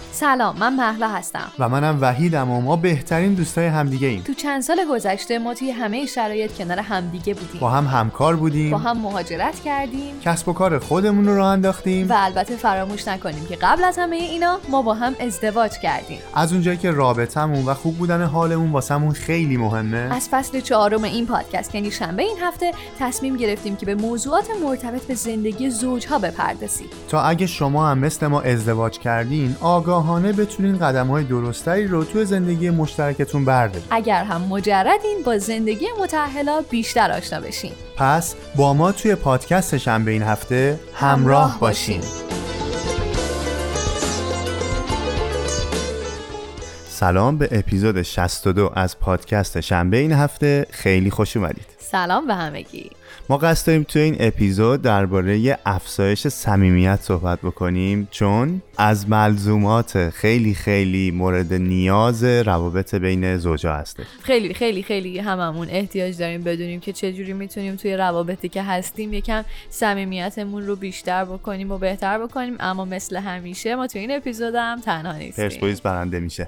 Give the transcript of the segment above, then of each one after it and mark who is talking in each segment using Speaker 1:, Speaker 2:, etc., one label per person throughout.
Speaker 1: سلام، من مهلا هستم
Speaker 2: و منم وحیدم و ما بهترین دوستای همدیگه ایم.
Speaker 1: تو چند سال گذشته ما توی همه شرایط کنار همدیگه بودیم،
Speaker 2: با هم همکار بودیم،
Speaker 1: با هم مهاجرت کردیم،
Speaker 2: کسب و کار خودمون رو راه انداختیم
Speaker 1: و البته فراموش نکنیم که قبل از همه اینا ما با هم ازدواج کردیم.
Speaker 2: از اونجایی که رابطمون و خوب بودن حالمون واسمون خیلی مهمه،
Speaker 1: از فصل 4 این پادکست یعنی شنبه این هفته تصمیم گرفتیم که به موضوعات مرتبط به زندگی زوجها بپردازیم
Speaker 2: تا اگه شما هم مثل ما ازدواج کردین آگاهانه بتونین قدم‌های درستری رو توی زندگی مشترکتون بردارید.
Speaker 1: اگر هم مجردین با زندگی متأهلا بیشتر آشنا بشین.
Speaker 2: پس با ما توی پادکست شنبه این هفته همراه باشین. سلام به اپیزود 62 از پادکست شنبه این هفته، خیلی خوش اومدید.
Speaker 1: سلام به همگی.
Speaker 2: ما قصد داریم توی این اپیزود درباره افزایش صمیمیت صحبت بکنیم، چون از ملزومات خیلی خیلی مورد نیاز روابط بین زوجا هسته.
Speaker 1: خیلی خیلی خیلی هممون احتیاج داریم بدونیم که چجوری میتونیم توی روابطی که هستیم یکم صمیمیتمون رو بیشتر بکنیم و بهتر بکنیم. اما مثل همیشه ما توی این اپیزود هم تنها نیستیم.
Speaker 2: پرسپولیس برنده میشه.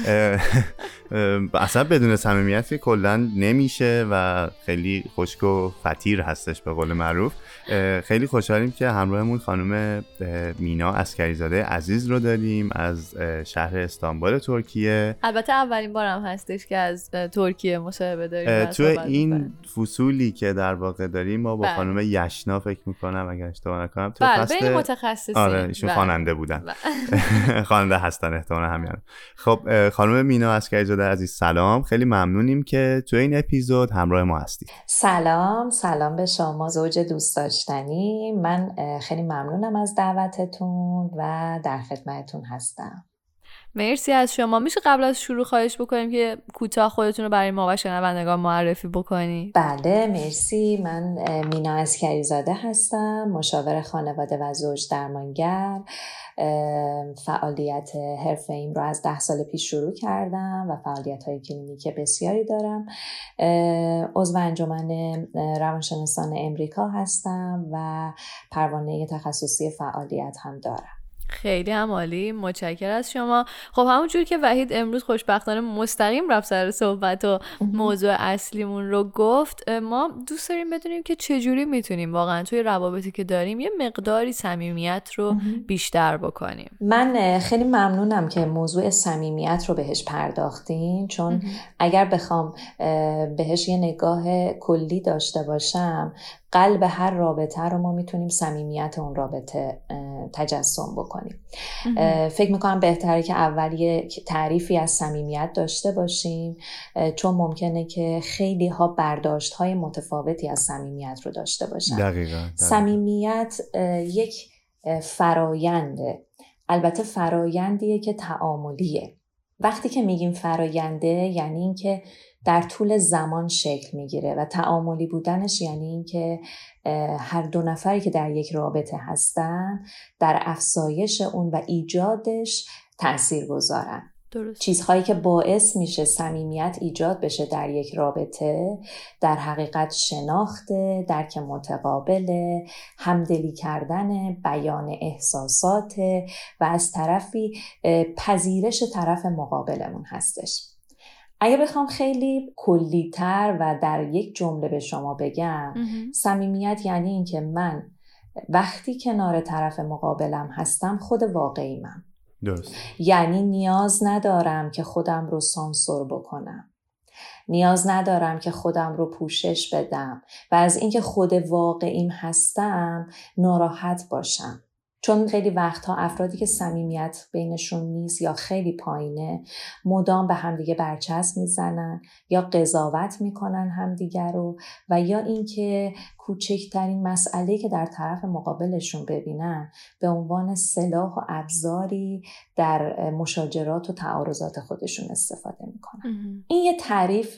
Speaker 2: اصلا بدون صمیمیت کلا نمیشه و خیلی خشک و فطیر هستش به قول معروف. خیلی خوشحالیم که همراهمون خانم مینا عسکریزاده عزیز رو داریم از شهر استانبول ترکیه.
Speaker 1: البته اولین بارم هستش که از ترکیه مصاحبه داریم.
Speaker 2: تو این فصولی که در واقع داریم ما با خانم یشنا فکر میکنم اگر اشتباه نکنم تو
Speaker 1: فصل بین متخصصین.
Speaker 2: آره ایشون خواننده بودن. خواننده هستن احتمالاً همین. خب خانم مینا عسکریزاده عزیز سلام، خیلی ممنونیم که تو این اپیزود همراه ما هستید.
Speaker 3: سلام به شما زوج دوست داشتنی. من خیلی ممنونم از دعوتتون و در خدمتتون هستم.
Speaker 1: مرسی از شما. میشه قبل از شروع خواهش بکنیم که کوتاه خودتون رو برای ما و شنوندگان معرفی بکنید؟
Speaker 3: بله مرسی. من مینا عسکریزاده هستم، مشاور خانواده و زوج درمانگر. فعالیت حرفه‌ایم رو از 10 سال پیش شروع کردم و فعالیت‌های کلینیکی بسیاری دارم. عضو انجمن روانشناسان امریکا هستم و پروانه تخصصی فعالیت هم دارم.
Speaker 1: خیلی هم عالی، متشکرم از شما. خب همونجور که وحید امروز خوشبختانه مستقیم رفت سر صحبت و موضوع اصلیمون رو گفت، ما دوست داریم بدونیم که چجوری میتونیم واقعا توی روابطی که داریم یه مقداری صمیمیت رو بیشتر بکنیم.
Speaker 3: من خیلی ممنونم که موضوع صمیمیت رو بهش پرداختین، چون اگر بخوام بهش یه نگاه کلی داشته باشم، قلب هر رابطه رو ما میتونیم صمیمیت اون رابطه تجسم بکنیم. فکر میکنم بهتره که اول یک تعریفی از صمیمیت داشته باشیم، چون ممکنه که خیلی ها برداشت های متفاوتی از صمیمیت رو داشته باشن.
Speaker 2: دقیقاً.
Speaker 3: صمیمیت یک فراینده، البته فرایندیه که تعاملیه. وقتی که میگیم فراینده یعنی این که در طول زمان شکل میگیره و تعاملی بودنش یعنی این که هر دو نفری که در یک رابطه هستن در افزایش اون و ایجادش تأثیر گذارن.
Speaker 1: درست.
Speaker 3: چیزهایی که باعث میشه صمیمیت ایجاد بشه در یک رابطه در حقیقت شناخت، درک متقابل، همدلی کردن، بیان احساسات و از طرفی پذیرش طرف مقابلمون هستش. اگه بخوام خیلی کلی‌تر و در یک جمله به شما بگم، صمیمیت یعنی این که من وقتی کنار طرف مقابلم هستم خود واقعیمم.
Speaker 2: درست.
Speaker 3: یعنی نیاز ندارم که خودم رو سانسور بکنم، نیاز ندارم که خودم رو پوشش بدم و از اینکه خود واقعیم هستم ناراحت باشم. چون خیلی وقتها افرادی که صمیمیت بینشون نیست یا خیلی پایینه مدام به همدیگه برچسب میزنن یا قضاوت میکنن همدیگه رو و یا اینکه کوچکترین مسئله‌ای که در طرف مقابلشون ببینن به عنوان سلاح و ابزاری در مشاجرات و تعارضات خودشون استفاده میکنن. این یه تعریف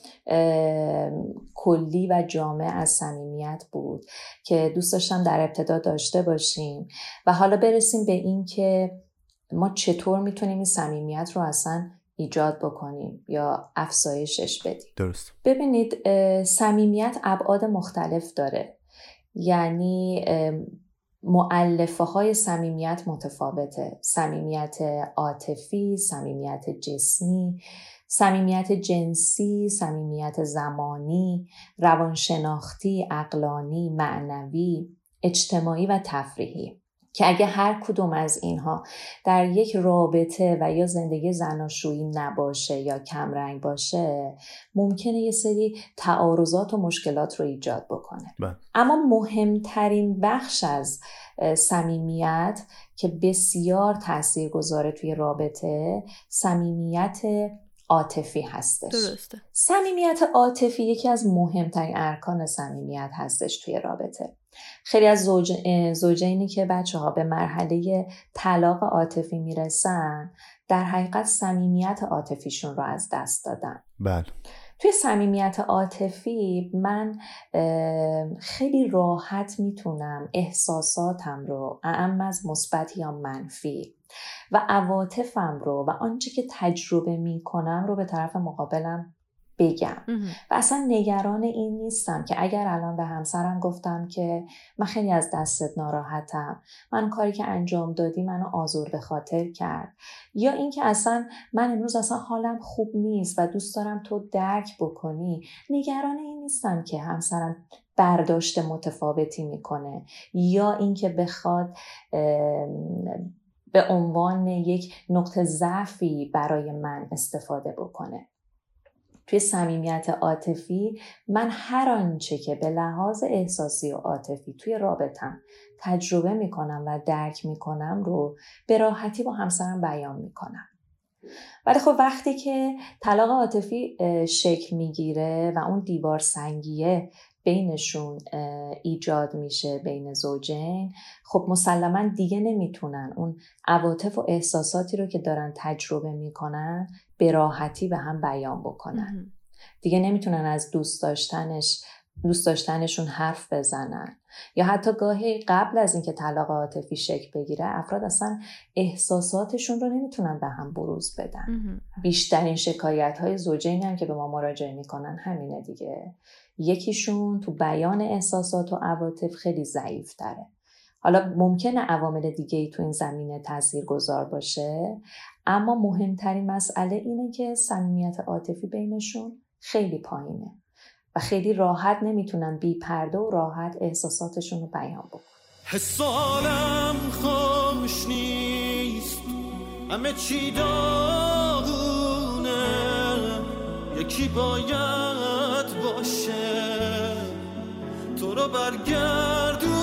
Speaker 3: کلی و جامع از صمیمیت بود که دوست داشتم در ابتدا داشته باشیم و حالا برسیم به این که ما چطور میتونیم این صمیمیت رو اصلا ایجاد بکنیم یا افزایشش بدیم.
Speaker 2: درست.
Speaker 3: ببینید صمیمیت ابعاد مختلف داره. یعنی مؤلفه های صمیمیت متفاوته. صمیمیت عاطفی، صمیمیت جسمی، صمیمیت جنسی، صمیمیت زمانی، روانشناختی، عقلانی، معنوی، اجتماعی و تفریحی، که اگه هر کدوم از اینها در یک رابطه و یا زندگی زناشویی نباشه یا کمرنگ باشه، ممکنه یه سری تعارضات و مشکلات رو ایجاد بکنه. اما مهمترین بخش از صمیمیت که بسیار تاثیرگذاره توی رابطه، صمیمیت عاطفی هستش.
Speaker 1: درسته.
Speaker 3: صمیمیت عاطفی یکی از مهمترین ارکان صمیمیت هستش توی رابطه. خیلی از زوجینی که بچه‌ها به مرحله طلاق عاطفی میرسن، در حقیقت صمیمیت عاطفیشون رو از دست دادن.
Speaker 2: بله.
Speaker 3: توی صمیمیت عاطفی من خیلی راحت میتونم احساساتم رو، اعم از مثبت یا منفی، و عواطفم رو و آنچه که تجربه میکنم رو به طرف مقابلم بگم و اصلا نگران این نیستم که اگر الان به همسرم گفتم که من خیلی از دستت ناراحتم، من کاری که انجام دادی منو آزرده خاطر کرد، یا اینکه اصلا من امروز اصلا حالم خوب نیست و دوست دارم تو درک بکنی، نگران این نیستم که همسرم برداشت متفاوتی میکنه یا اینکه بخواد به عنوان یک نقطه ضعفی برای من استفاده بکنه. توی صمیمیت عاطفی من هر آنچه که به لحاظ احساسی و عاطفی توی رابطم تجربه میکنم و درک میکنم رو به راحتی با همسرم بیان میکنم. ولی خب وقتی که طلاق عاطفی شکل میگیره و اون دیوار سنگیه بینشون ایجاد میشه بین زوجین، خب مسلماً دیگه نمیتونن اون عواطف و احساساتی رو که دارن تجربه میکنن به راحتی به هم بیان بکنن. دیگه نمیتونن از دوست داشتنشون حرف بزنن، یا حتی گاهی قبل از اینکه طلاق عاطفی شکل بگیره افراد اصلا احساساتشون رو نمیتونن به هم بروز بدن. بیشترین شکایت‌های زوجین هم که به ما مراجعه میکنن همینه دیگه. یکیشون تو بیان احساسات و عواطف خیلی ضعیف تره. حالا ممکنه عوامل دیگه‌ای تو این زمینه تاثیرگذار باشه، اما مهمترین مسئله اینه که صمیمیت عاطفی بینشون خیلی پایینه و خیلی راحت نمیتونن بی پرده و راحت احساساتشون رو بیان بکنن.
Speaker 4: حسالم خوش نیست، همه چی داغونه، یکی باید باشه تو رو برگردونه.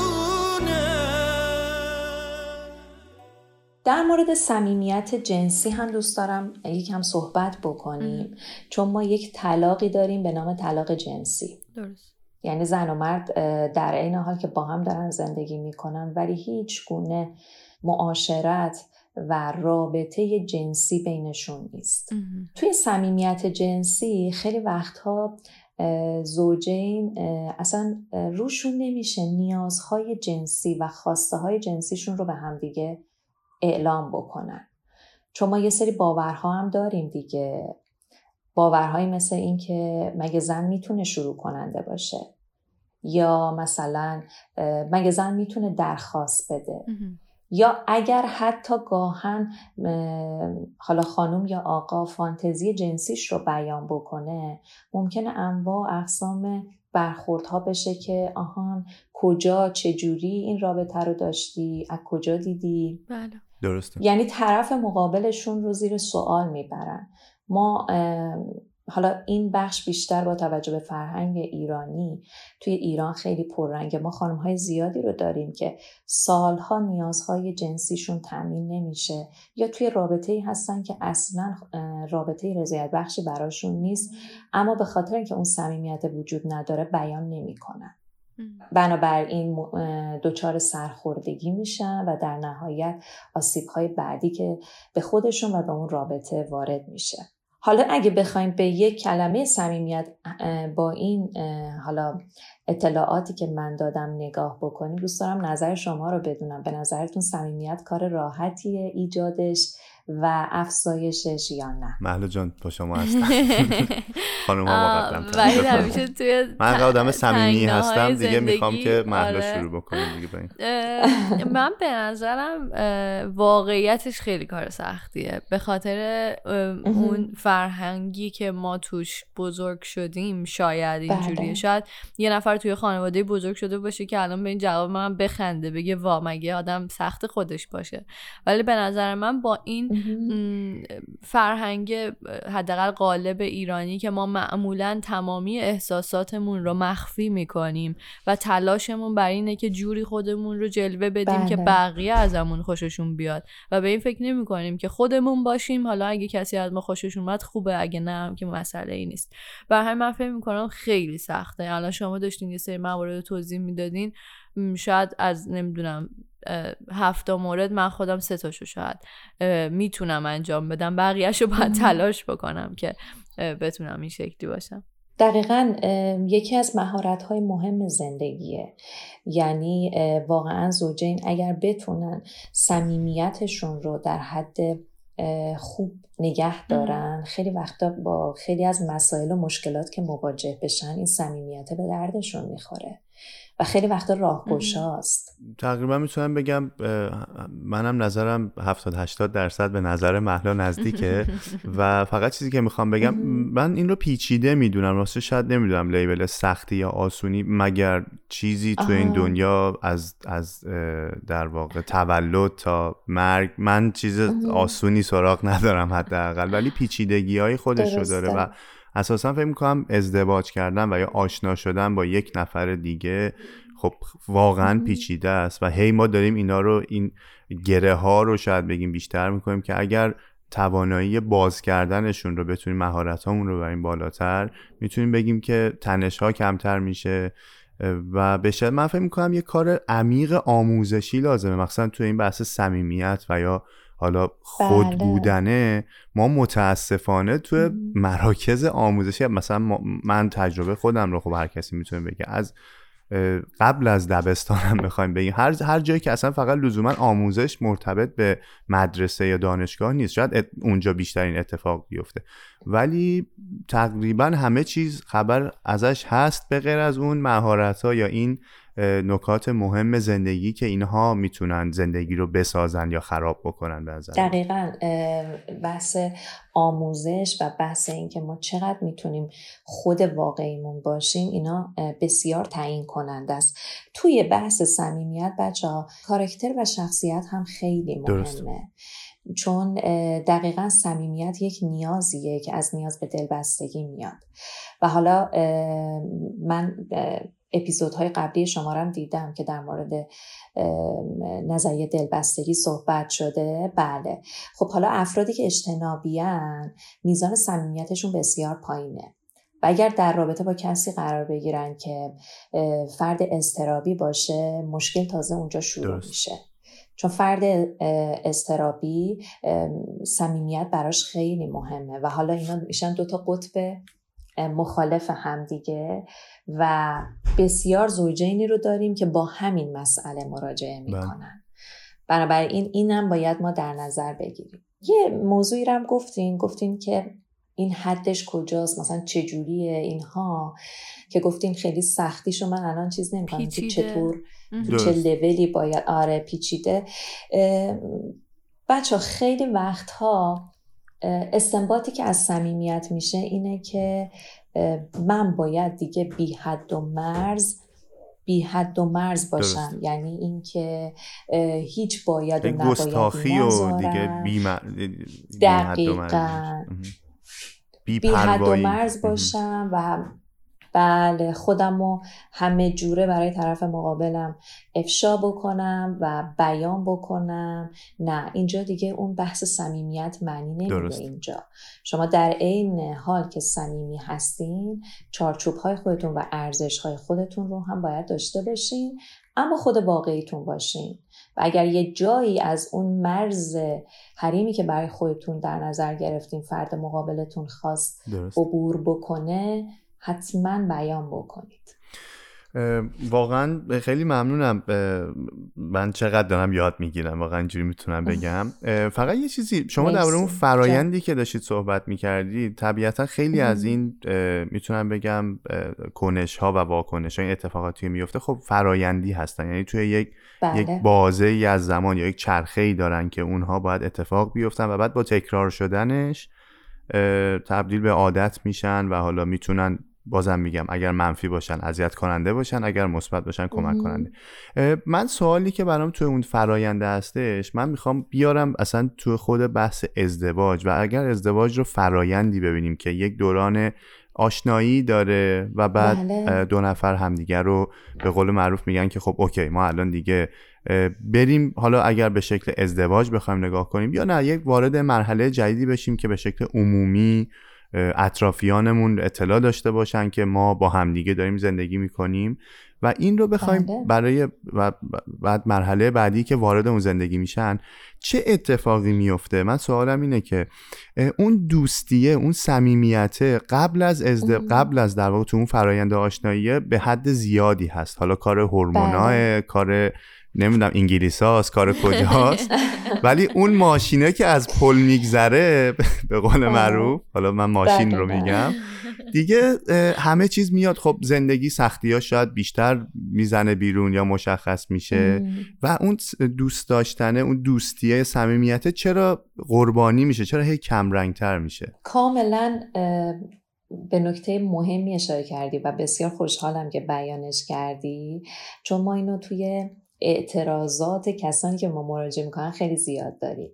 Speaker 3: در مورد صمیمیت جنسی هم دوست دارم یکم صحبت بکنیم، چون ما یک طلاقی داریم به نام طلاق جنسی.
Speaker 1: درست.
Speaker 3: یعنی زن و مرد در عین حال که با هم دارن زندگی میکنن ولی هیچ گونه معاشرت و رابطه جنسی بینشون نیست. توی صمیمیت جنسی خیلی وقتها زوجین اصلا روشون نمیشه نیازهای جنسی و خواسته های جنسیشون رو به هم دیگه اعلام بکنن، چون ما یه سری باورها هم داریم دیگه. باورهایی مثل این که مگه زن میتونه شروع کننده باشه، یا مثلا مگه زن میتونه درخواست بده، یا اگر حتی گاهن حالا خانم یا آقا فانتزی جنسیش رو بیان بکنه، ممکنه انواع اقسام برخوردها بشه که آهان کجا چجوری این رابطه رو داشتی، از کجا دیدی.
Speaker 1: بله.
Speaker 2: درسته.
Speaker 3: یعنی طرف مقابلشون رو زیر سوال میبرن. ما حالا این بخش بیشتر با توجه به فرهنگ ایرانی توی ایران خیلی پررنگه. ما خانم‌های زیادی رو داریم که سالها نیازهای جنسیشون تامین نمیشه، یا توی رابطه‌ای هستن که اصلا رابطه رضایت بخشی براشون نیست، اما به خاطر اینکه اون صمیمیت وجود نداره بیان نمی‌کنن. بنابراین دچار سرخوردگی میشن و در نهایت آسیب‌های بعدی که به خودشون و به اون رابطه وارد میشه. حالا اگه بخوایم به یک کلمه صمیمیت با این حالا اطلاعاتی که من دادم نگاه بکنیم، دوست دارم نظر شما رو بدونم. به نظرتون صمیمیت کار راحتیه ایجادش و افزایشش یا نه؟
Speaker 2: مهلا جان با شما هستم. خانم ها مقدم
Speaker 1: وحید همیشه توی
Speaker 2: من آدم صمیمی هستم دیگه، میخوام که مهلا
Speaker 1: آره.
Speaker 2: شروع بکنیم دیگه با این.
Speaker 1: من به نظرم واقعیتش خیلی کار سختیه، به خاطر اون فرهنگی که ما توش بزرگ شدیم. شاید اینجوریه، شاید یه نفر توی خانواده بزرگ شده باشه که الان به این جواب من بخنده، بگه وا مگه آدم سخت خودش باشه، ولی به نظر من با این فرهنگ حداقل غالب ایرانی که ما معمولاً تمامی احساساتمون رو مخفی میکنیم و تلاشمون بر اینه که جوری خودمون رو جلوه بدیم که بقیه ازمون خوششون بیاد و به این فکر نمی‌کنیم که خودمون باشیم، حالا اگه کسی از ما خوشش اومد خوبه، اگه نه هم که مسئله ای نیست. برای همین من فکر می‌کنم خیلی سخته. الان شما داشتین یه سری موارد توضیح میدادین، شاید از نمیدونم 7 مورد من خودم 3 تاشو شاید میتونم انجام بدم، بقیه‌شو باید تلاش بکنم که بتونم این شکلی باشم.
Speaker 3: دقیقاً یکی از مهارت‌های مهم زندگیه. یعنی واقعاً زوجین اگر بتونن صمیمیتشون رو در حد خوب نگه دارن، خیلی وقتا با خیلی از مسائل و مشکلات که مواجه بشن این صمیمیت به دردشون میخوره و خیلی وقتا راهگشاست.
Speaker 2: تقریبا میتونم بگم منم نظرم 70-80% به نظر مهلا نزدیکه و فقط چیزی که میخوام بگم من این رو پیچیده میدونم، راستش شاید نمیدونم لیبل سختی یا آسونی، مگر چیزی تو این دنیا از در واقع تولد تا مرگ من چیز آسونی سراغ ندارم حداقل، ولی پیچیدگی‌های خودش رو داره و اساسا فکر میکنم ازدواج کردن و یا آشنا شدن با یک نفر دیگه خب واقعا پیچیده است و هی ما داریم اینا رو، این گره ها رو شاید بگیم بیشتر میکنیم که اگر توانایی باز کردنشون رو بتونیم، مهارت هامون رو بریم بالاتر، میتونیم بگیم که تنش ها کمتر میشه و بشه. من فکر میکنم یه کار عمیق آموزشی لازمه، مثلا تو این بحث صمیمیت و یا حالا خود بودنه. ما متاسفانه توی مراکز آموزشی، مثلا من تجربه خودم رو، خب هر کسی میتونه بگه، از قبل از دبستانم بخوایم بگیم، هر جایی که اصلا فقط لزوما آموزش مرتبط به مدرسه یا دانشگاه نیست، شاید اونجا بیشترین اتفاق بیفته، ولی تقریبا همه چیز خبر ازش هست به غیر از اون مهارت‌ها یا این نکات مهم زندگی که اینها میتونن زندگی رو بسازن یا خراب بکنن. به نظر
Speaker 3: دقیقاً بحث آموزش و بحث این که ما چقدر میتونیم خود واقعیمون باشیم، اینا بسیار تعیین کننده است. توی بحث صمیمیت بچه‌ها کاراکتر و شخصیت هم خیلی مهمه. درست. چون دقیقاً صمیمیت یک نیازیه که از نیاز به دلبستگی میاد و حالا من اپیزودهای قبلی شما رو هم دیدم که در مورد نظریه دلبستگی صحبت شده. بله خب حالا افرادی که اجتنابیان میزان صمیمیتشون بسیار پایینه و اگر در رابطه با کسی قرار بگیرن که فرد اضطرابی باشه، مشکل تازه اونجا شروع میشه، چون فرد اضطرابی صمیمیت براش خیلی مهمه و حالا اینا میشن 2 قطب مخالف همدیگه و بسیار زوجینی رو داریم که با همین مسئله مراجعه میکنن. بنابراین اینم باید ما در نظر بگیریم. یه موضوعی رو هم گفتین که این حدش کجاست، مثلا چجوریه اینها که گفتین خیلی سختیشو من الان چیز نمی‌کنم که چطور چه لولی باید پیچیده. بچه خیلی وقتها استنباطی که از صمیمیت میشه اینه که من باید دیگه بی حد و مرز باشم. درست. یعنی این که هیچ باید و نباید
Speaker 2: گستاخی و دیگه
Speaker 3: دقیقاً بی حد و مرز باشم و بله خودمو همه جوره برای طرف مقابلم افشا بکنم و بیان بکنم. نه، اینجا دیگه اون بحث صمیمیت معنی نمیده. اینجا شما در عین حال که صمیمی هستین، چارچوب‌های خودتون و ارزش‌های خودتون رو هم باید داشته باشین، اما خود واقعیتون باشین و اگر یه جایی از اون مرز حریمی که برای خودتون در نظر گرفتین فرد مقابلتون خواست عبور بکنه، حتما بیان بکنید.
Speaker 2: واقعا خیلی ممنونم. من چقدر دارم یاد میگیرم، واقعا اینجوری میتونم بگم. فقط یه چیزی، شما درباره اون فرایندی که داشتید صحبت میکردید، طبیعتا خیلی از این میتونم بگم کنش ها و واکنش ها، این اتفاقاتی میفته خب فرایندی هستن، یعنی توی یک بازه‌ای از زمان یا یک چرخه‌ای دارن که اونها باید اتفاق بیفتن و بعد با تکرار شدنش تبدیل به عادت میشن و حالا میتونن، بازم میگم، اگر منفی باشن اذیت کننده باشن، اگر مثبت باشن کمک کننده. من سوالی که برام توی اون فراینده هستش، من میخوام بیارم اصلا توی خود بحث ازدواج، و اگر ازدواج رو فرایندی ببینیم که یک دوران آشنایی داره و بعد دو نفر همدیگر رو به قول معروف میگن که خب اوکی ما الان دیگه بریم، حالا اگر به شکل ازدواج بخوایم نگاه کنیم یا نه یک وارد مرحله جدیدی بشیم که به شکل عمومی اطرافیانمون اطلاع داشته باشن که ما با همدیگه داریم زندگی میکنیم و این رو بخوایم برای بعد مرحله بعدی که وارد اون زندگی میشن چه اتفاقی میفته. من سوالم اینه که اون دوستیه، اون صمیمیت قبل از در واقع تو اون فرآیند آشنایی به حد زیادی هست، حالا کار هورموناه، کار نمیدونم انگلیساست، کار کجاست، ولی اون ماشینه که از پل میگذره به قول معروف، حالا من ماشین رو میگم دیگه، همه چیز میاد. خب زندگی سختی‌ها شاید بیشتر میزنه بیرون یا مشخص میشه و اون دوست داشتنه، اون دوستیه، صمیمیت چرا قربانی میشه، چرا هی کم رنگتر میشه؟
Speaker 3: کاملا به نکته مهمی اشاره کردی و بسیار خوشحالم که بیانش کردی، چون ما اینو توی اعتراضات کسانی که ما مراجعه میکنن خیلی زیاد داریم.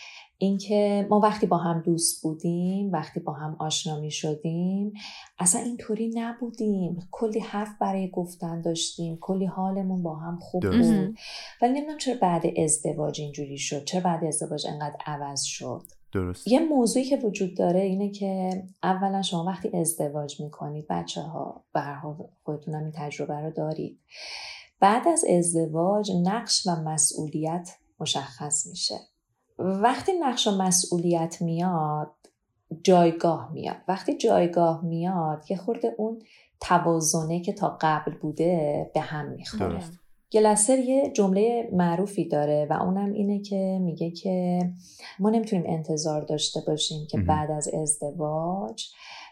Speaker 3: اینکه ما وقتی با هم دوست بودیم، وقتی با هم آشنا میشدیم، اصلا اینطوری نبودیم، کلی حرف برای گفتن داشتیم، کلی حالمون با هم خوب بود، ولی نمیدونم چرا بعد ازدواج اینجوری شد، چرا بعد ازدواج انقدر عوض شد.
Speaker 2: درست.
Speaker 3: یه موضوعی که وجود داره اینه که اولا شما وقتی ازدواج میکنید، بچه‌ها به هر حال خودتون هم این تجربه رو دارید، بعد از ازدواج نقش و مسئولیت مشخص میشه. وقتی نقش و مسئولیت میاد، جایگاه میاد. وقتی جایگاه میاد، یه خورده اون توازنه که تا قبل بوده به هم میخوره. گلاسر یه جمله معروفی داره و اونم اینه که میگه که ما نمیتونیم انتظار داشته باشیم که بعد از ازدواج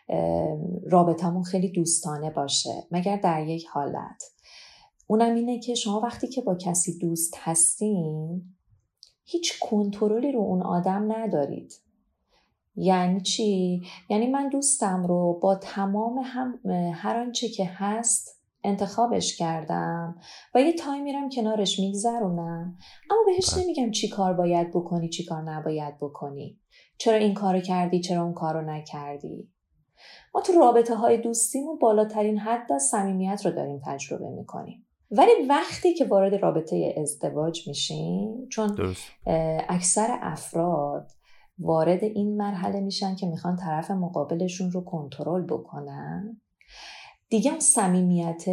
Speaker 3: رابطمون خیلی دوستانه باشه، مگر در یک حالت. اونم اینه که شما وقتی که با کسی دوست هستین هیچ کنترلی رو اون آدم ندارید. یعنی چی؟ یعنی من دوستم رو با تمام هر آنچه که هست انتخابش کردم و یه تایم میرم کنارش میگذرونم، اما بهش نمیگم چی کار باید بکنی، چی کار نباید بکنی، چرا این کارو کردی، چرا اون کارو نکردی. ما تو رابطه های دوستیمون بالاترین حد از صمیمیت رو داریم تجربه میکنیم، ولی وقتی که وارد رابطه ازدواج میشیم، چون اکثر افراد وارد این مرحله میشن که میخوان طرف مقابلشون رو کنترل بکنن، دیگه اون صمیمیت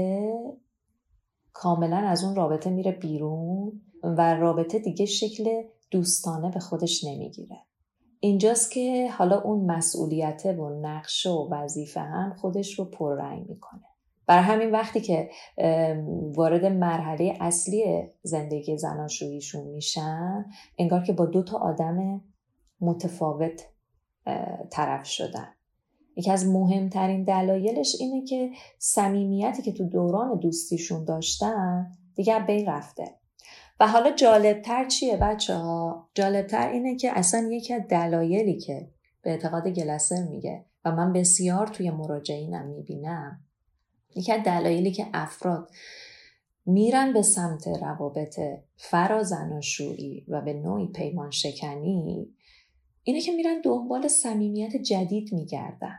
Speaker 3: کاملا از اون رابطه میره بیرون و رابطه دیگه شکل دوستانه به خودش نمیگیره. اینجاست که حالا اون مسئولیت و نقش و وظیفه هم خودش رو پررنگ میکنه. برای همین وقتی که وارد مرحله اصلی زندگی زناشوییشون میشن، انگار که با 2 آدم متفاوت طرف شدن. یکی از مهمترین دلایلش اینه که صمیمیتی که تو دوران دوستیشون داشتن دیگه بین رفته. و حالا جالبتر چیه بچه‌ها؟ جالبتر اینه که اصلا یکی از دلایلی که به اعتقاد گلاسر میگه و من بسیار توی مراجعینم میبینم، یکی از دلایلی که افراد میرن به سمت روابط فرازناشویی و به نوعی پیمان شکنی اینه که میرن دنبال صمیمیت جدید میگردن،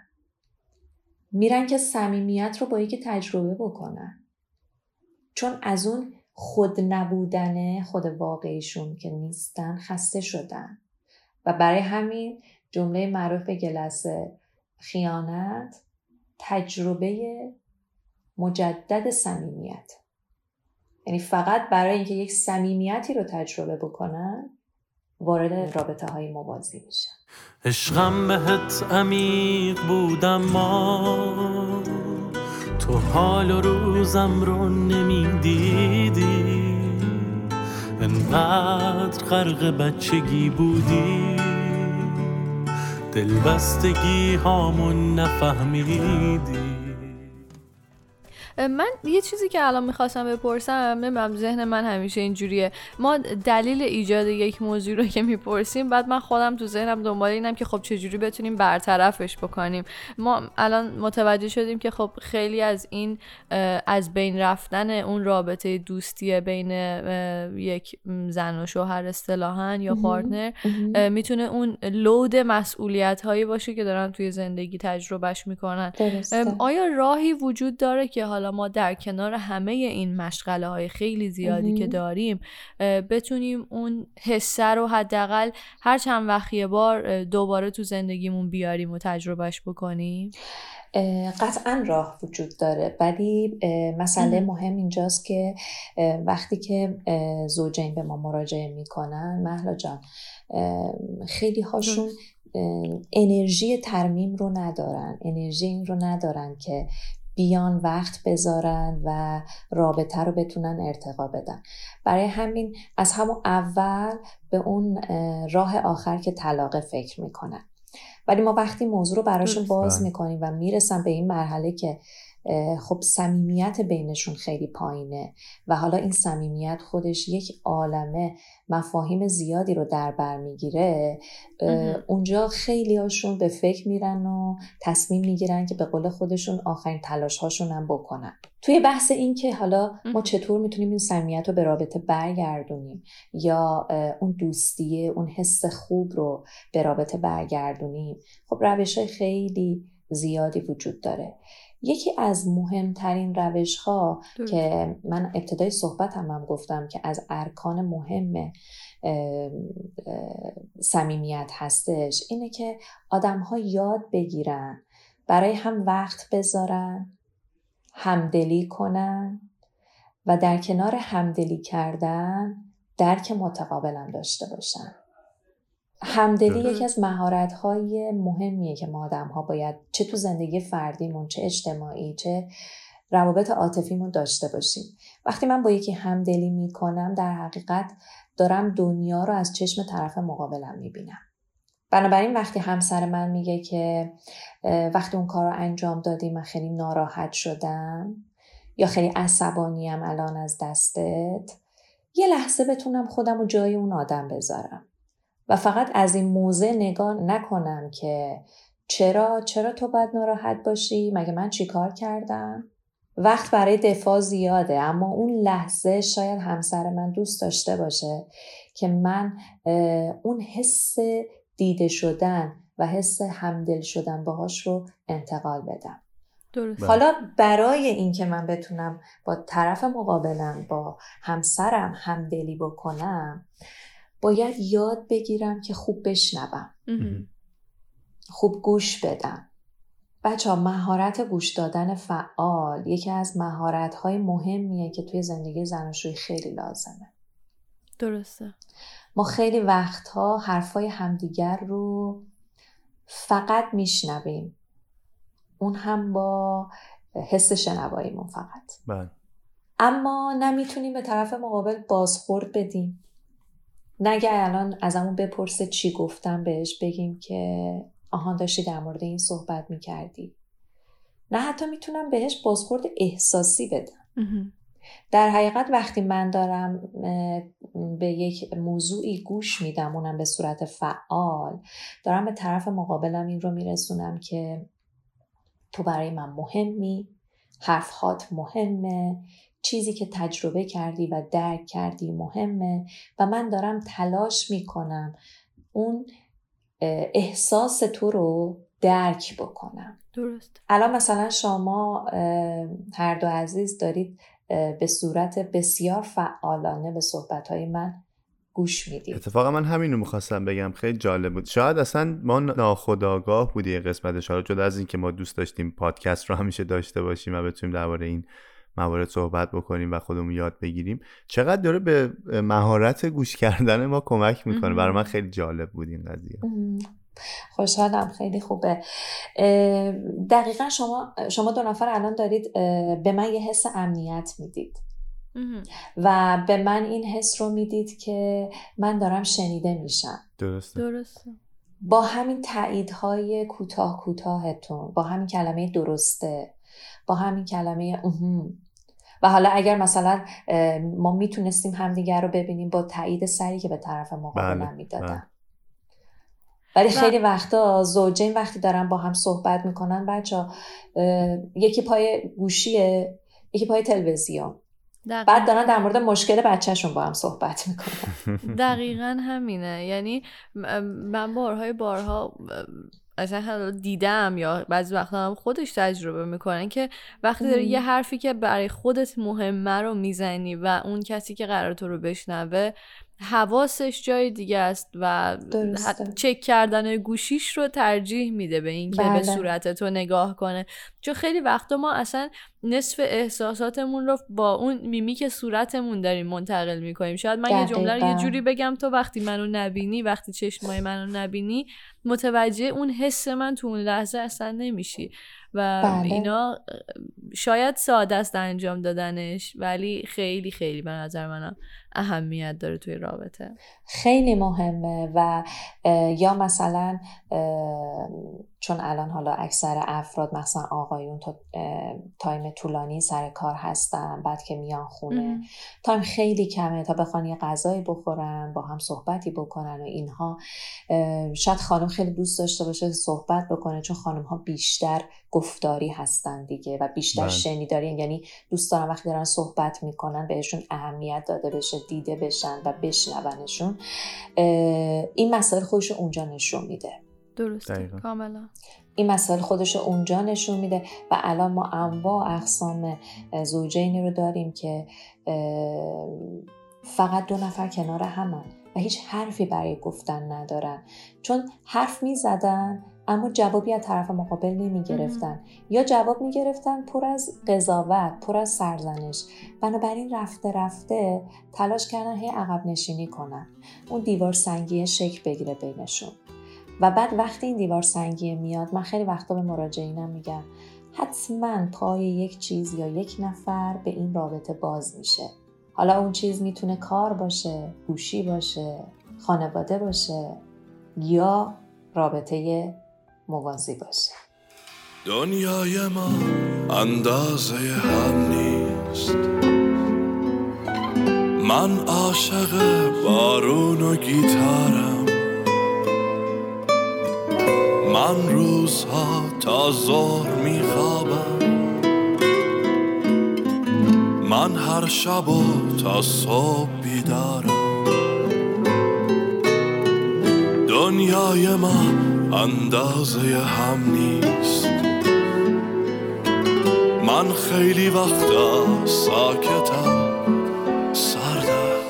Speaker 3: میرن که صمیمیت رو با یکی تجربه بکنن، چون از اون خود نبودن، خود واقعیشون که نیستن خسته شدن. و برای همین جمله معروف گلاسر، خیانت تجربه مجدد صمیمیت، یعنی فقط برای اینکه یک صمیمیتی رو تجربه بکنن وارد رابطه های موازی میشن.
Speaker 4: عشقم بهت عمیق بودم، ما تو
Speaker 5: تو حال و روزم رو نمیدیدی، انقدر غرق بچگی بودی، دلبستگی هامون نفهمیدی.
Speaker 1: من یه چیزی که الان میخواستم بپرسم، نمیدونم ذهن من همیشه اینجوریه، ما دلیل ایجاد یک موضوع رو که میپرسیم، بعد من خودم تو ذهنم دنبال اینم که خب چجوری بتونیم برطرفش بکنیم. ما الان متوجه شدیم که خب خیلی از این از بین رفتن اون رابطه دوستی بین یک زن و شوهر اصطلاحاً یا پارتنر میتونه اون لود مسئولیت هایی باشه که دارن توی زندگی تجربهش میکنن. آیا راهی وجود داره که حالا ما در کنار همه این مشغله های خیلی زیادی که داریم بتونیم اون حسه رو حداقل هر چند وقت یه بار دوباره تو زندگیمون بیاریم و تجربهش بکنیم؟
Speaker 3: قطعا راه وجود داره، ولی مسئله مهم اینجاست که وقتی که زوجین به ما مراجعه میکنن، مهلا جان، خیلی هاشون انرژی ترمیم رو ندارن، انرژی این رو ندارن که بیان وقت بذارن و رابطه رو بتونن ارتقا بدن. برای همین از همون اول به اون راه آخر که طلاق فکر میکنن. ولی ما وقتی موضوع رو براشون باز میکنیم و میرسن به این مرحله که خب صمیمیت بینشون خیلی پایینه و حالا این صمیمیت خودش یک عالمه مفاهیم زیادی رو در بر میگیره، اونجا خیلی هاشون به فکر میرن و تصمیم میگیرن که به قول خودشون آخرین تلاش هاشون هم بکنن. توی بحث این که حالا ما چطور میتونیم این صمیمیت رو به رابطه برگردونیم یا اون دوستیه، اون حس خوب رو به رابطه برگردونیم، خب روش‌های خیلی زیادی وجود داره. یکی از مهمترین روش‌ها که من ابتدای صحبتم هم گفتم که از ارکان مهم صمیمیت هستش، اینه که آدم‌ها یاد بگیرن برای هم وقت بذارن، همدلی کنن و در کنار همدلی کردن درک متقابلم داشته باشن. همدلی یکی از مهارت‌های مهمیه که ما آدم‌ها باید چه تو زندگی فردیمون، چه اجتماعی، چه روابط عاطفیمون داشته باشیم. وقتی من با یکی همدلی میکنم، در حقیقت دارم دنیا رو از چشم طرف مقابلم میبینم. بنابراین وقتی همسر من میگه که وقتی اون کار رو انجام دادی من خیلی ناراحت شدم یا خیلی عصبانیم الان از دستت، یه لحظه بتونم خودم رو جای اون آدم بذارم و فقط از این موضع نگاه نکنم که چرا تو باید ناراحت باشی؟ مگه من چی کار کردم؟ وقت برای دفاع زیاده، اما اون لحظه شاید همسر من دوست داشته باشه که من اون حس دیده شدن و حس همدل شدن باهاش رو انتقال بدم.
Speaker 1: درست.
Speaker 3: حالا برای این که من بتونم با طرف مقابلم، با همسرم همدلی بکنم، باید یاد بگیرم که خوب بشنوم، خوب گوش بدم. بچه‌ها، مهارت گوش دادن فعال یکی از مهارت‌های مهمیه که توی زندگی زناشویی خیلی لازمه.
Speaker 1: درسته. ما
Speaker 3: خیلی وقتها حرفای همدیگر رو فقط میشنویم، اون هم با حس شنواییمون فقط.
Speaker 2: بله.
Speaker 3: اما نمیتونیم به طرف مقابل بازخورد بدیم. نگه الان ازمون بپرسه چی گفتم بهش بگیم که آهان داشتی در مورد این صحبت میکردی. نه حتی میتونم بهش بازخورد احساسی بدم. در حقیقت وقتی من دارم به یک موضوعی گوش میدم، اونم به صورت فعال، دارم به طرف مقابلم این رو میرسونم که تو برای من مهمی، حرفات مهمه، چیزی که تجربه کردی و درک کردی مهمه و من دارم تلاش میکنم اون احساس تو رو درک بکنم.
Speaker 1: درست.
Speaker 3: الان مثلا شما هر دو عزیز دارید به صورت بسیار فعالانه به صحبتهای من گوش میدید.
Speaker 2: اتفاقا من همین رو میخواستم بگم، خیلی جالب بود. شاید اصلا ما ناخودآگاه بودی قسمتش، حالا جدا از این که ما دوست داشتیم پادکست رو همیشه داشته باشیم و بتونیم درباره این موارد صحبت بکنیم و خودمون یاد بگیریم، چقدر داره به مهارت گوش کردن ما کمک میکنه. برای من خیلی جالب بود این قضیه.
Speaker 3: خوشحالم، خیلی خوبه. دقیقا شما دو نفر الان دارید به من یه حس امنیت میدید و به من این حس رو میدید که من دارم شنیده میشم.
Speaker 1: درسته.
Speaker 3: با همین تاییدهای کوتاهتون، با همین کلمه درسته، با همین کلمه و حالا اگر مثلا ما میتونستیم همدیگر رو ببینیم با تایید سری که به طرف مقابلم میدادن. ولی خیلی وقتا زوجین وقتی دارن با هم صحبت میکنن بچه‌ها، یکی پای گوشیه، یکی پای تلویزیون، بعد دارن در مورد مشکل بچه‌شون با هم صحبت میکنن.
Speaker 1: دقیقاً همینه. یعنی من بارها اصلا دیدم یا بعضی وقتا هم خودش تجربه میکنن که وقتی داری یه حرفی که برای خودت مهمه رو میزنی و اون کسی که قرار تو رو بشنوه حواسش جای دیگه است و چک کردن گوشیش رو ترجیح میده به این که به صورت تو نگاه کنه، چون خیلی وقتا ما اصلا نصف احساساتمون رو با اون میمیک صورتمون داریم منتقل میکنیم. شاید من یه جمله رو یه جوری بگم تو وقتی منو نبینی، وقتی چشمای منو نبینی، متوجه اون حس من تو اون لحظه اصلا نمیشی و اینا شاید ساده است انجام دادنش، ولی خیلی خیلی به نظر من اهمیت داره توی رابطه.
Speaker 3: خیلی مهمه. و یا مثلا چون الان حالا اکثر افراد مثلا آقایون تا تایم طولانی سر کار هستن، بعد که میان خونه تایم خیلی کمه تا بخوان یه غذایی بخورن، با هم صحبتی بکنن و اینها. شاید خانم خیلی دوست داشته باشه صحبت بکنه، چون خانم ها بیشتر گفتاری هستن دیگه و بیشتر شنیداری، یعنی دوست دارن وقتی دارن صحبت میکنن بهشون اهمیت داده بشه، دیده بشن و بشنونشون. این مسائل خودش اونجا نشون میده.
Speaker 1: درسته، کاملا
Speaker 3: این مسائل خودش اونجا نشون میده. و الان ما انواع اقسام زوجینی رو داریم که فقط دو نفر کنار همن و هیچ حرفی برای گفتن ندارن، چون حرف میزدن اما جوابی از طرف مقابل نمیگرفتن یا جواب میگرفتن پر از قضاوت، پر از سرزنش. بنابراین رفته رفته تلاش کردن هی عقب نشینی کنن، اون دیوار سنگی شکل بگیره بینشون. و بعد وقتی این دیوار سنگی میاد، من خیلی وقتا به مراجعینم میگم حتما پای یک چیز یا یک نفر به این رابطه باز میشه. حالا اون چیز میتونه کار باشه، گوشی باشه، خانواده باشه یا رابطه موازی باشه.
Speaker 4: دنیای ما اندازه هم نیست، من عاشق بارون و گیتارم، من روزها تا ظهر میخوابم، من هر شب و تا صبح بیدارم. دنیای ما اندازه هم نیست، من خیلی وقتا ساکتم، سردم،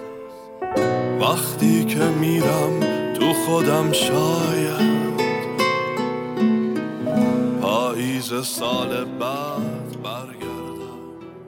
Speaker 4: وقتی که میرم تو خودم شاید پاییز سال بعد برگردم.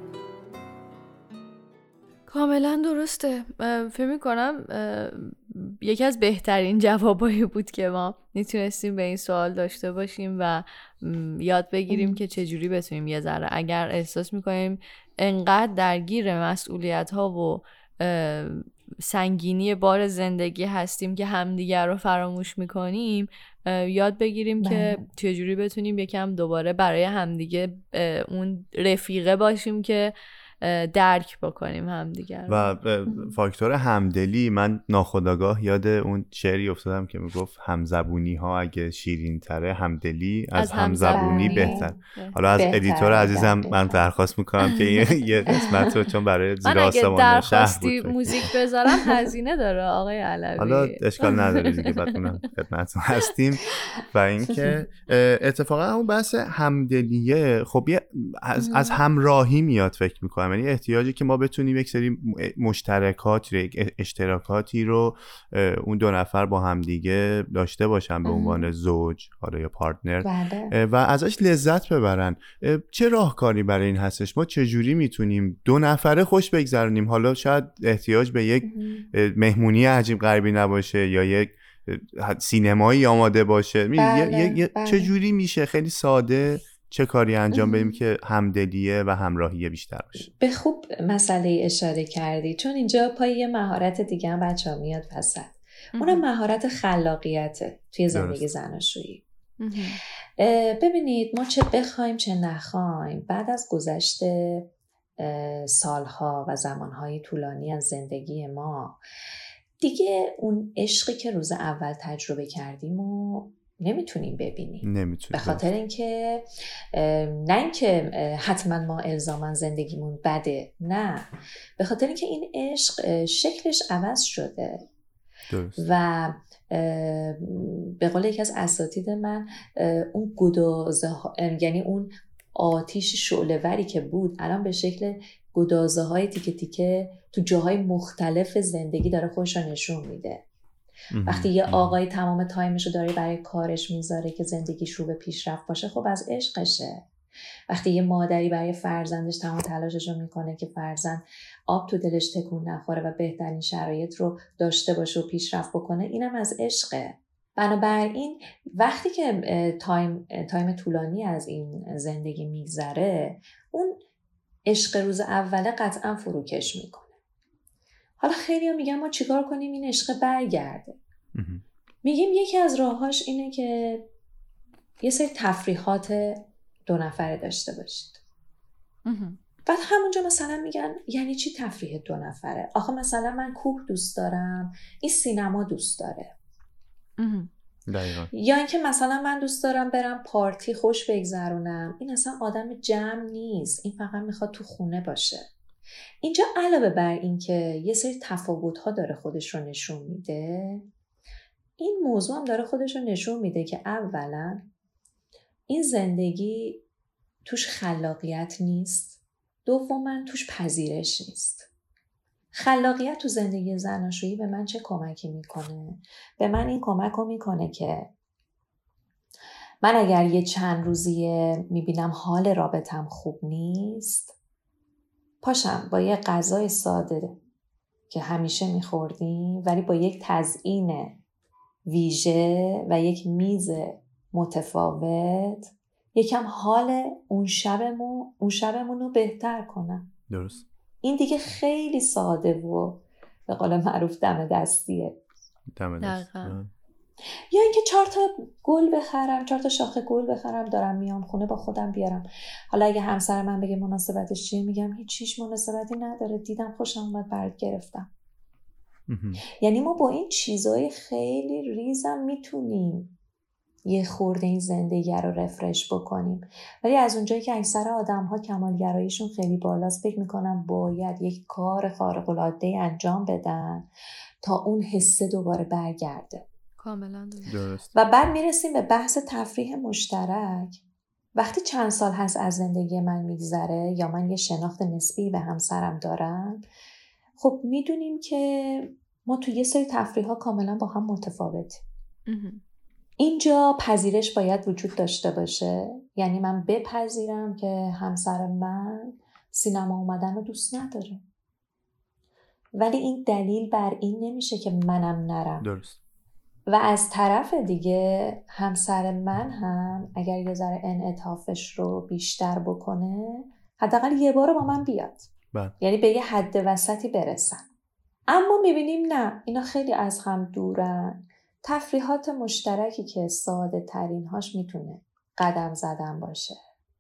Speaker 1: کاملا درسته. فکر میکنم یکی از بهترین جوابایی بود که ما میتونستیم به این سوال داشته باشیم و یاد بگیریم که چجوری بتونیم یه ذره اگر احساس میکنیم انقدر درگیر مسئولیت ها و سنگینی بار زندگی هستیم که همدیگر رو فراموش میکنیم، یاد بگیریم که چجوری بتونیم یکم دوباره برای همدیگه اون رفیقه باشیم که درک بکنیم همدیگر.
Speaker 2: و فاکتور همدلی، من ناخودآگاه یاد اون شعری افتادم که میگفت همزبونی ها اگه شیرین تره، همدلی از همزبونی بهتر. حالا از ادیتور عزیزم من درخواست میکنم که یه قسمت رو، چون برای زیر آسمان شهر بود،
Speaker 1: درخواستی موزیک بذارم هزینه داره آقای علوی.
Speaker 2: حالا اشکال نداره دیگه، بعدونم خدمتتون هستیم. و اینکه اتفاقا اون بحث همدلیه خب از همراهی میاد فکر میکنم. میفهمم. یعنی احتیاجی که ما بتونیم یک سری مشترکات، یک اشتراکاتی رو اون دو نفر با هم دیگه داشته باشن به عنوان زوج حالا یا پارتنر و ازش لذت ببرن. چه راهکاری برای این هستش؟ ما چجوری میتونیم دو نفره خوش بگذرونیم؟ حالا شاید احتیاج به یک مهمونی عجیب غریبی نباشه یا یک سینمایی آماده باشه. چجوری میشه خیلی ساده چه کاری انجام بدیم که همدلیه و همراهیه بیشتر باشه؟
Speaker 3: به خوب مسئله اشاره کردی، چون اینجا پای یه مهارت دیگه هم بچه ها میاد وسط. اونم مهارت خلاقیته توی زندگی زناشویی. ببینید ما چه بخوایم چه نخوایم، بعد از گذشت سالها و زمانهای طولانی از زندگی ما دیگه اون عشقی که روز اول تجربه کردیم و نمیتونیم ببینیم. به خاطر اینکه نه اینکه حتما ما الزاما زندگیمون بده، نه، به خاطر اینکه این عشق شکلش عوض شده.
Speaker 2: درست.
Speaker 3: و به قول یکی از اساتید من اون گدازه یعنی اون آتیش شعله‌وری که بود الان به شکل گدازه های تیکه تیکه تو جاهای مختلف زندگی داره خودش رو نشون میده. وقتی یه آقای تمام تایمش رو داره برای کارش میذاره که زندگیش رو به پیشرفت باشه، خب از عشقشه. وقتی یه مادری برای فرزندش تمام تلاشش رو میکنه که فرزند آب تو دلش تکون نخوره و بهترین شرایط رو داشته باشه و پیشرفت بکنه، اینم از عشقه. بنابراین وقتی که تایم طولانی از این زندگی میگذره، اون عشق روز اوله قطعا فروکش میکنه. حالا خیلی ها میگن ما چیکار کنیم این عشق برگرده؟ میگیم یکی از راهاش اینه که یه سری تفریحات دو نفره داشته باشید. بعد همونجا مثلا میگن یعنی چی تفریح دو نفره؟ آخه مثلا من کوه دوست دارم، این سینما دوست داره. یا اینکه مثلا من دوست دارم برم پارتی خوش بگذرونم، این اصلا آدم جمع نیست، این فقط میخواد تو خونه باشه. اینجا علاوه بر این که یه سری تفاوت‌ها داره خودش رو نشون میده، این موضوع هم داره خودش رو نشون میده که اولا این زندگی توش خلاقیت نیست، دوما توش پذیرش نیست. خلاقیت تو زندگی زناشویی به من چه کمکی میکنه؟ به من این کمک رو میکنه که من اگر یه چند روزیه میبینم حال رابطم خوب نیست، پاشم با یه غذای ساده که همیشه میخوردیم ولی با یک تزیین ویژه و یک میز متفاوت یکم حال اون شبمون رو بهتر کنم.
Speaker 2: درست.
Speaker 3: این دیگه خیلی ساده و به قول معروف دم دستیه.
Speaker 2: دم دست.
Speaker 3: یا اینکه 4 تا گل بخرم، 4 تا شاخه گل بخرم، دارم میام خونه با خودم بیارم. حالا اگه همسر من بگه مناسبتش چیه، میگم هیچ مناسبتی نداره، دیدم خوشم اومد برات گرفتم. یعنی ما با این چیزای خیلی ریزم میتونیم یه خورده این زندگی رو رفرش بکنیم. ولی از اونجایی که اکثر آدم‌ها کمالگراییشون خیلی بالاست، فکر میکنن باید یک کار خارق‌العاده انجام بدن تا اون حسه دوباره برگرده.
Speaker 1: کاملا
Speaker 2: درست.
Speaker 3: و بعد میرسیم به بحث تفریح مشترک. وقتی چند سال هست از زندگی من میگذره یا من یه شناخت نسبی به همسرم دارم، خب میدونیم که ما تو یه سری تفریح ها کاملا با هم متفاوتیم. اینجا پذیرش باید وجود داشته باشه. یعنی من بپذیرم که همسر من سینما اومدن رو دوست نداره، ولی این دلیل بر این نمیشه که منم نرم.
Speaker 2: درست.
Speaker 3: و از طرف دیگه همسر من هم اگر یه ذره انعطافش رو بیشتر بکنه، حداقل یه بار با من بیاد. یعنی به یه حد وسطی برسن. اما میبینیم نه، اینا خیلی از هم دورن. تفریحات مشترکی که ساده ترین هاش میتونه قدم زدن باشه،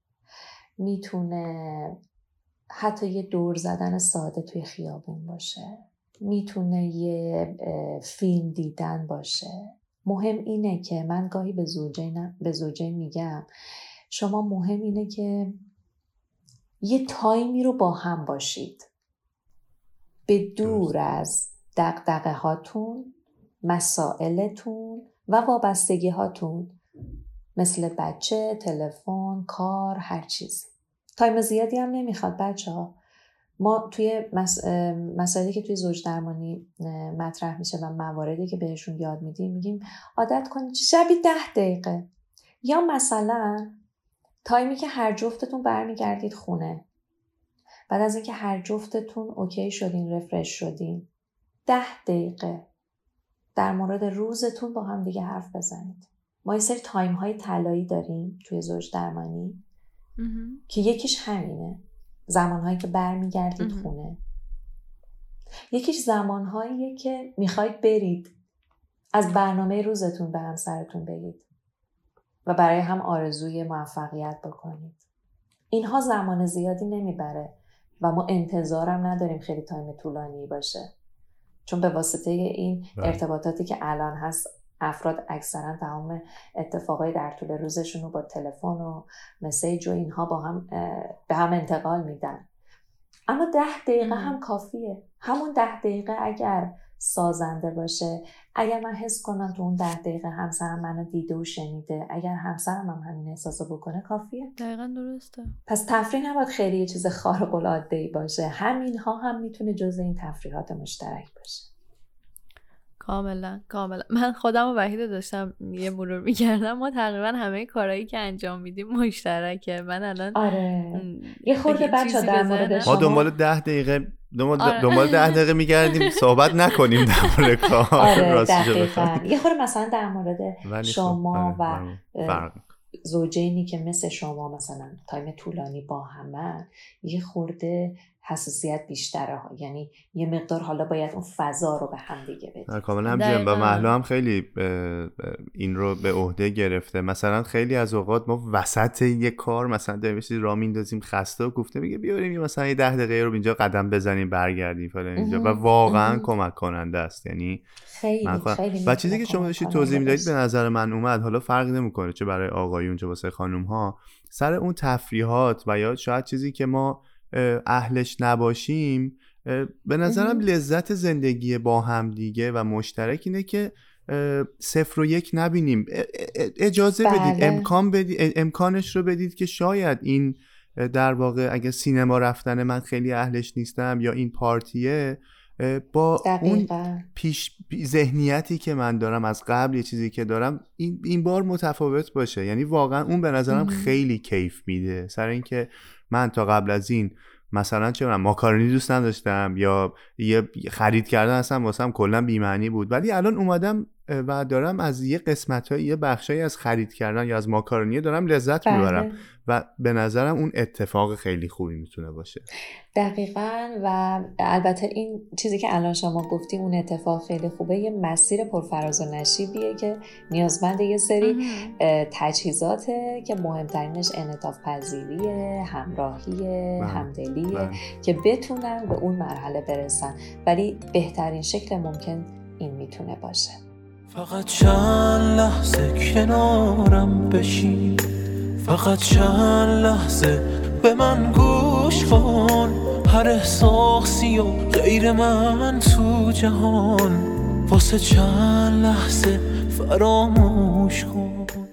Speaker 3: میتونه حتی یه دور زدن ساده توی خیابون باشه، میتونه یه فیلم دیدن باشه. مهم اینه که من گاهی به زوجین میگم شما مهم اینه که یه تایمی رو با هم باشید، به دور از دغدغه هاتون، مسائلتون و وابستگی هاتون، مثل بچه، تلفن، کار، هر چیزی. تایم زیادی هم نمیخواد بچه ها. ما توی مسائلی که توی زوج درمانی مطرح میشه و مواردی که بهشون یاد میدیم میگیم عادت کنید شبی 10 دقیقه، یا مثلا تایمی که هر جفتتون برمیگردید خونه، بعد از اینکه هر جفتتون اوکی شدین، رفرش شدین، 10 دقیقه در مورد روزتون با هم دیگه حرف بزنید. ما یه سری تایم های طلایی داریم توی زوج درمانی که یکیش همینه، زمانهایی که برمیگردید خونه. یکیش زمانهاییه که میخواید برید از برنامه روزتون به همسرتون بگید و برای هم آرزوی موفقیت بکنید. اینها زمان زیادی نمیبره و ما انتظارم نداریم خیلی تایم طولانی باشه، چون به واسطه این ارتباطاتی که الان هست افراد اکثرا تمام اتفاقای در طول روزشون رو با تلفن و مسیج و اینها با هم به هم انتقال میدن. اما 10 دقیقه هم کافیه. همون 10 دقیقه اگر سازنده باشه، اگر من حس کنم تو اون 10 دقیقه همسرم منو دیده و شنیده، اگر همسرم هم همین احساسو بکنه کافیه.
Speaker 1: دقیقاً درسته.
Speaker 3: پس تفریح نباید خیلی یه چیز خارق العاده‌ای باشه، همینها هم میتونه جزء این تفریحات مشترک باشه.
Speaker 1: کاملا. من خودم و وحید داشتم یه مرور می‌کردم، ما تقریبا همه کارهایی که انجام میدیم مشترکه. من الان
Speaker 3: یه خورده بچه‌ها در مورد
Speaker 2: ما دنبال 10 دقیقه دنبال 10 دقیقه میگردیم صحبت نکنیم در مورد کار.
Speaker 3: دقیقاً. یه خورده مثلا در مورد شما و زوجینی که مثل شما مثلا تایم طولانی با همه، یه خورده حساسیت بیشتره، یعنی یه مقدار حالا باید اون فضا رو به هم دیگه بدیم.
Speaker 2: کاملا همینجوریه. و محلا هم خیلی این رو به عهده گرفته. مثلا خیلی از اوقات ما وسط یه کار مثلا داریم چیزی راه میندازیم، خسته و گفته میگه بیاریم مثلا یه 10 دقیقه رو اینجا قدم بزنیم برگردیم فلان اینجا، و واقعا کمک کننده است. یعنی
Speaker 3: خیلی
Speaker 2: و چیزی که شما داشتید توضیح میدادید به نظر من اومد، حالا فرق نمیکنه چه برای آقایون چه واسه خانم ها، سر اون تفریحات و یا شاید چیزی که ما اهلش نباشیم. به نظرم لذت زندگی با هم دیگه و مشترک اینه که 0 و 1 نبینیم. اجازه بدید، امکانش رو بدید که شاید این در واقع اگه سینما رفتن من خیلی اهلش نیستم یا این پارتیه، با اون پیش ذهنیتی که من دارم از قبل، یه چیزی که دارم این بار متفاوت باشه. یعنی واقعا اون به نظرم خیلی کیف میده. سر اینکه من تا قبل از این مثلا چه می‌دونم ماکارونی دوست نداشتم یا یه خرید کردن اصلا واسم کلا بی معنی بود، ولی الان اومدم و دارم از یه قسمت‌های یه بخشایی از خرید کردن یا از ماکارونی دارم لذت میبرم و به نظرم اون اتفاق خیلی خوبی میتونه باشه.
Speaker 3: دقیقاً. و البته این چیزی که الان شما گفتیم اون اتفاق خیلی خوبه، یه مسیر پرفراز و نشیبیه که نیازمند یه سری تجهیزاته که مهمترینش انعطاف پذیریه، همراهیه، همدلیه که بتونن به اون مرحله برسن، ولی بهترین شکل ممکن این میتونه باشه.
Speaker 5: فقط چند لحظه کنارم بشین، فقط چند لحظه به من گوش کن، هر احساسی و غیر من تو جهان، واسه چند لحظه فراموش کن.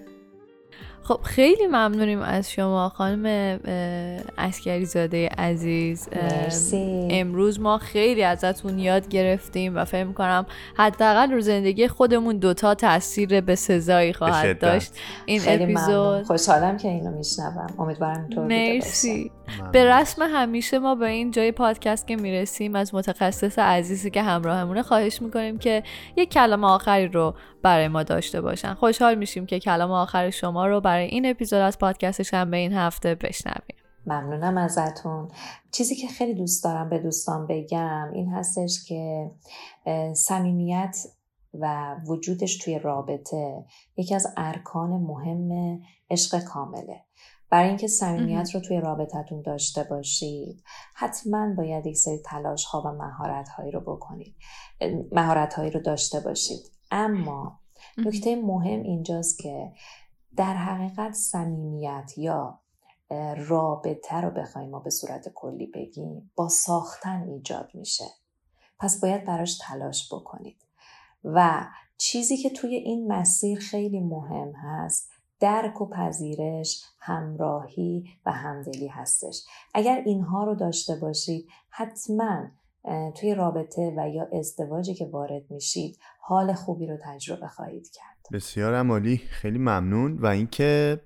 Speaker 1: خب خیلی ممنونیم از شما خانم عسکری زاده عزیز.
Speaker 3: مرسی.
Speaker 1: امروز ما خیلی ازتون یاد گرفتیم و فکر می‌کنم حداقل رو زندگی خودمون دوتا تاثیر به سزایی خواهد داشت این اپیزود.
Speaker 3: خوشحالم که اینو میشنوم. امیدوارم اینطور بوده باشه.
Speaker 1: مرسی. به رسم همیشه ما به این جای پادکست که میرسیم از متخصص عزیزی که همراهمونه خواهش میکنیم که یک کلام آخری رو برای ما داشته باشن. خوشحال میشیم که کلام آخر شما رو برای این اپیزود از پادکست شنبه این هفته بشنویم.
Speaker 3: ممنونم ازتون. چیزی که خیلی دوست دارم به دوستان بگم این هستش که صمیمیت و وجودش توی رابطه یکی از ارکان مهم عشق کامله. برای اینکه صمیمیت رو توی رابطتون داشته باشید حتما باید یک سری تلاش ها و مهارت هایی رو بکنید، مهارت هایی رو داشته باشید. اما نکته مهم اینجاست که در حقیقت صمیمیت یا رابطه رو بخوایم ما به صورت کلی بگیم با ساختن ایجاد میشه، پس باید براش تلاش بکنید. و چیزی که توی این مسیر خیلی مهم هست درک و پذیرش، همراهی و همدلی هستش. اگر اینها رو داشته باشید حتما توی رابطه و یا ازدواجی که وارد میشید حال خوبی رو تجربه خواهید کرد.
Speaker 2: بسیار عالی، خیلی ممنون. و اینکه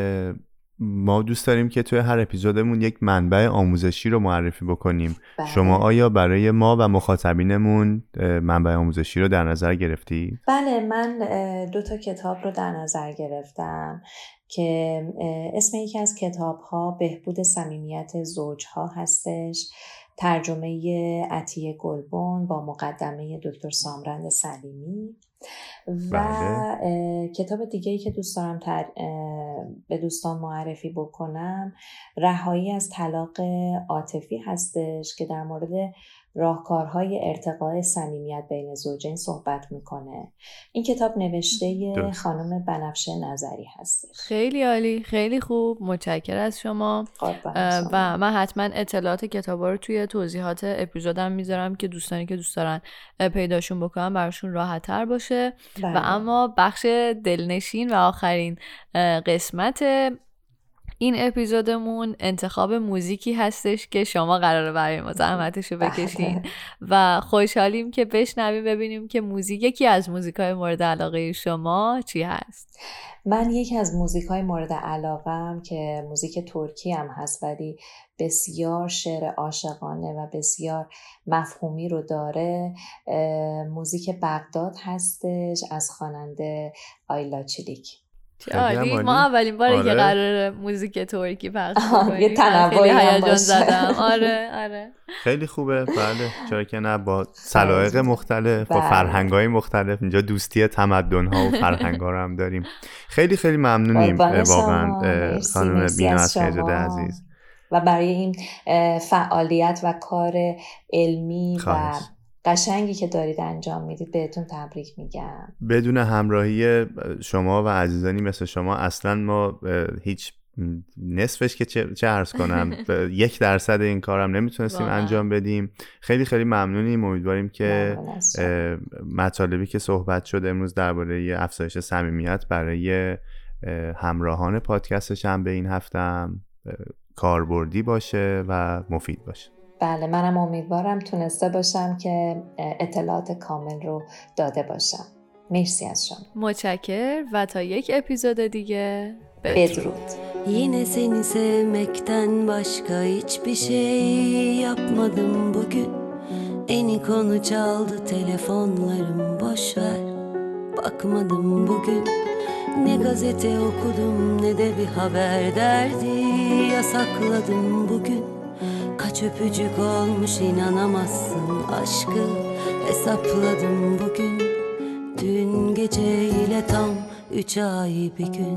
Speaker 2: ما دوست داریم که توی هر اپیزودمون یک منبع آموزشی رو معرفی بکنیم.
Speaker 3: بله.
Speaker 2: شما آیا برای ما و مخاطبینمون منبع آموزشی رو در نظر گرفتی؟
Speaker 3: بله، من 2 کتاب رو در نظر گرفتم که اسم یکی از کتاب‌ها بهبود صمیمیت زوج‌ها هستش، ترجمه عطیه گلبن با مقدمه دکتر سامرند سلیمی. و کتاب دیگه‌ای که دوست دارم به دوستان معرفی بکنم رهایی از طلاق عاطفی هستش که در مورد راهکارهای ارتقاء صمیمیت بین زوجین صحبت میکنه. این کتاب نوشته خانم بنفشه نظری هستش.
Speaker 1: خیلی عالی، خیلی خوب، متشکرم از شما. و من حتما اطلاعات کتابا رو توی توضیحات اپیزودم میذارم که دوستانی که دوست دارن پیداشون بکنن براشون راحت تر باشه. و اما بخش دلنشین و آخرین قسمت این اپیزودمون انتخاب موزیکی هستش که شما قراره برای ما زحمتشو بکشین و خوشحالیم که بشنویم ببینیم که یکی از موزیکای مورد علاقه شما چی هست.
Speaker 3: من یکی از موزیکای مورد علاقه‌ام که موزیک ترکی هم هست ولی بسیار شعر عاشقانه و بسیار مفهومی رو داره، موزیک بغداد هستش از خواننده آیلا چلیک.
Speaker 1: عالی، ما اولین باره که قراره موزیک ترکی پخش کنیم
Speaker 3: یه تنوعی هم باشه.
Speaker 1: زدم. آره
Speaker 2: خیلی خوبه. بله چرا که نه، با سلایق مختلف با فرهنگ‌های مختلف اینجا دوستی تمدن‌ها و فرهنگ‌ها رو هم داریم. خیلی خیلی ممنونیم واقعا خانم مینا اسکریزاده عزیز
Speaker 3: و برای این فعالیت و کار علمی و قشنگی که دارید انجام میدید بهتون تبریک میگم.
Speaker 2: بدون همراهی شما و عزیزانی مثل شما اصلا ما هیچ نصفش که چه عرض کنم 1% این کارم نمیتونستیم انجام بدیم. خیلی خیلی ممنونیم. امیدواریم که مطالبی که صحبت شد امروز درباره افزایش صمیمیت برای همراهان پادکستش هم به این هفته هم کاربردی باشه و مفید باشه.
Speaker 3: بله، منم امیدوارم تونسته باشم که اطلاعات کامل رو داده باشم. مرسی از şunu.
Speaker 1: متشکرم و تا یک اپیزود دیگه
Speaker 3: بدرود.
Speaker 6: Yine seni sevmekten başka hiçbir şey yapmadım bugün. Eni konu çaldı telefonlarım, boş ver, bakmadım bugün. Ne gazete okudum ne de bir haber derdi, yasakladım bugün. Kaç öpücük olmuş inanamazsın, aşkı hesapladım bugün. Dün geceyle tam 3 ay bir gün.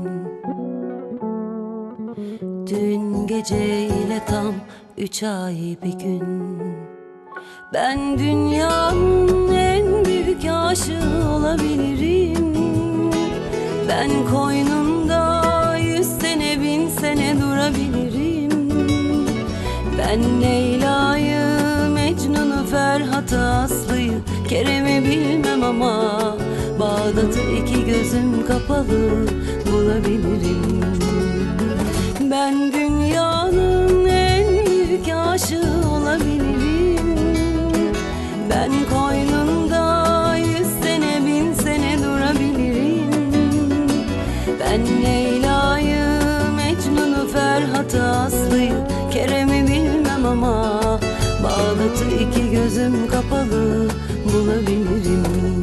Speaker 6: Dün geceyle tam 3 ay bir gün. Ben dünyanın en büyük aşığı olabilirim. Ben koynunda 100 sene 1000 sene durabilirim. Ben Leyla'yı, Mecnun'u, Ferhat'ı, Aslı'yı, Kerem'i bilmem ama Bağdat'ı 2 gözüm kapalı bulabilirim. Ben dünyanın en büyük aşığı olabilirim. Ben koynunda 100 sene 1000 sene durabilirim. Ben Leyla'yı, Mecnun'u, Ferhat'ı, Aslı'yı, Kerem'i bilmem ama Bağdat'ı 2 gözüm kapalı bulabilirim.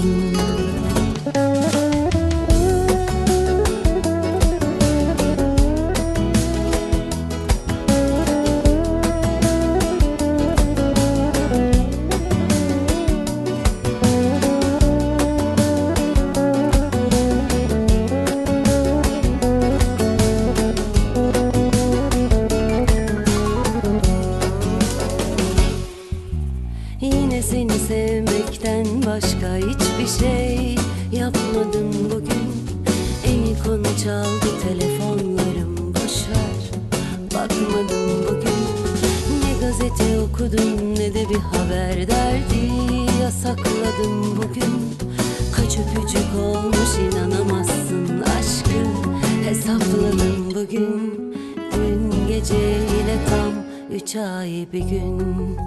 Speaker 6: Yine seni sevmekten başka hiçbir şey yapmadım bugün. Eni konu çaldı telefonlarım, boşver, bakmadım bugün. Ne gazete okudum ne de bir haber derdi, yasakladım bugün. Kaç öpücük olmuş inanamazsın, aşkı hesap gün. Dün geceyle tam 3 ay bir gün.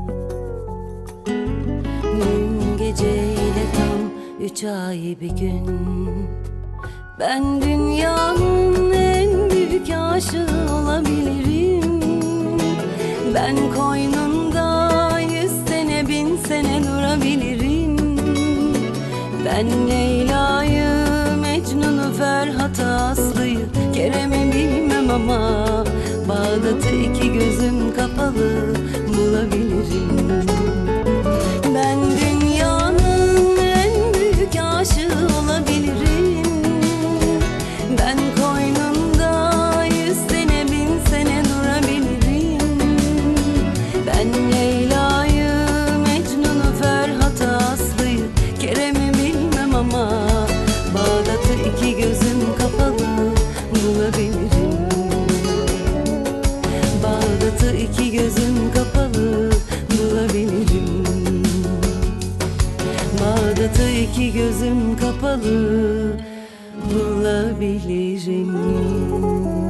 Speaker 6: Dün geceyle tam 3 ay bir gün. Ben dünyanın en büyük aşığı olabilirim. Ben koynunda 100 sene 1000 sene durabilirim. Ben Leyla'yı, Mecnun'u, Ferhat'ı, Aslı'yı, Kerem'i bilmem ama Bağdat'ı iki gözüm kapalı bulabilirim. Ben dünyanın en büyük aşığı olabilirim. Ben koynunda 100 sene 1000 sene durabilirim. Ben Leyla'yı, Mecnun'u, Ferhat'ı, Aslı'yı, Kerem'i bilmem ama Bağdat'ı iki gözüm kapalı bulabilirim. Bağdat'ı iki gözüm kapalı bulabilirim. Bağdat'ı iki gözüm kapalı bulabilirim.